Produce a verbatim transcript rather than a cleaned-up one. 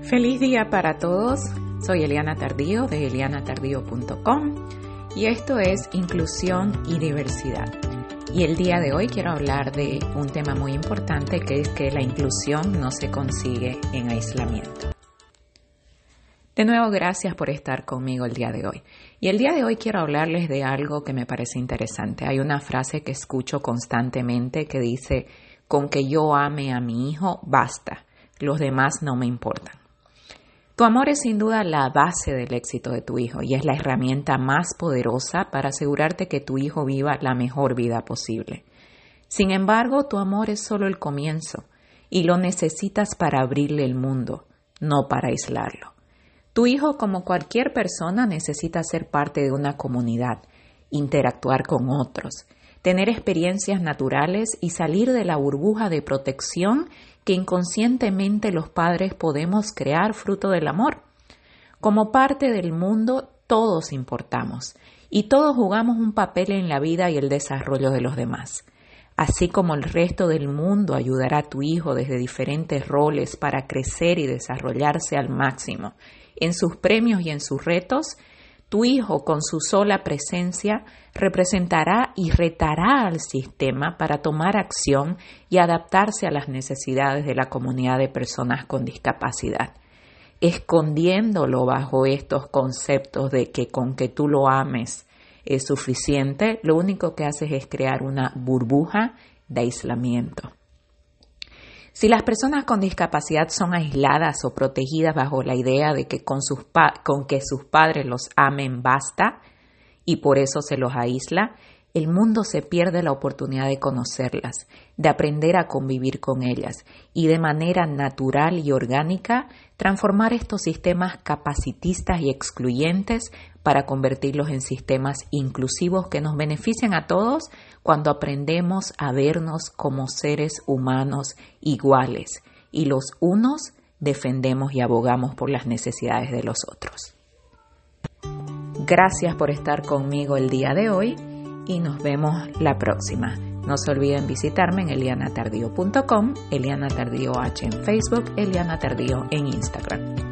Feliz día para todos, soy Eliana Tardío de eliana tardío punto com y esto es Inclusión y Diversidad. Y el día de hoy quiero hablar de un tema muy importante, que es que la inclusión no se consigue en aislamiento. De nuevo, gracias por estar conmigo el día de hoy. Y el día de hoy quiero hablarles de algo que me parece interesante. Hay una frase que escucho constantemente que dice: con que yo ame a mi hijo, basta. Los demás no me importan. Tu amor es sin duda la base del éxito de tu hijo y es la herramienta más poderosa para asegurarte que tu hijo viva la mejor vida posible. Sin embargo, tu amor es solo el comienzo y lo necesitas para abrirle el mundo, no para aislarlo. Tu hijo, como cualquier persona, necesita ser parte de una comunidad, interactuar con otros, tener experiencias naturales y salir de la burbuja de protección que inconscientemente los padres podemos crear fruto del amor. Como parte del mundo, todos importamos y todos jugamos un papel en la vida y el desarrollo de los demás. Así como el resto del mundo ayudará a tu hijo desde diferentes roles para crecer y desarrollarse al máximo en sus premios y en sus retos, tu hijo, con su sola presencia, representará y retará al sistema para tomar acción y adaptarse a las necesidades de la comunidad de personas con discapacidad, escondiéndolo bajo estos conceptos de que con que tú lo ames es suficiente. Lo único que haces es crear una burbuja de aislamiento. Si las personas con discapacidad son aisladas o protegidas bajo la idea de que con, sus pa- con que sus padres los amen basta y por eso se los aísla, el mundo se pierde la oportunidad de conocerlas, de aprender a convivir con ellas y de manera natural y orgánica transformar estos sistemas capacitistas y excluyentes para convertirlos en sistemas inclusivos que nos benefician a todos cuando aprendemos a vernos como seres humanos iguales y los unos defendemos y abogamos por las necesidades de los otros. Gracias por estar conmigo el día de hoy y nos vemos la próxima. No se olviden visitarme en eliana tardío punto com, Eliana Tardío H en Facebook, Eliana Tardío en Instagram.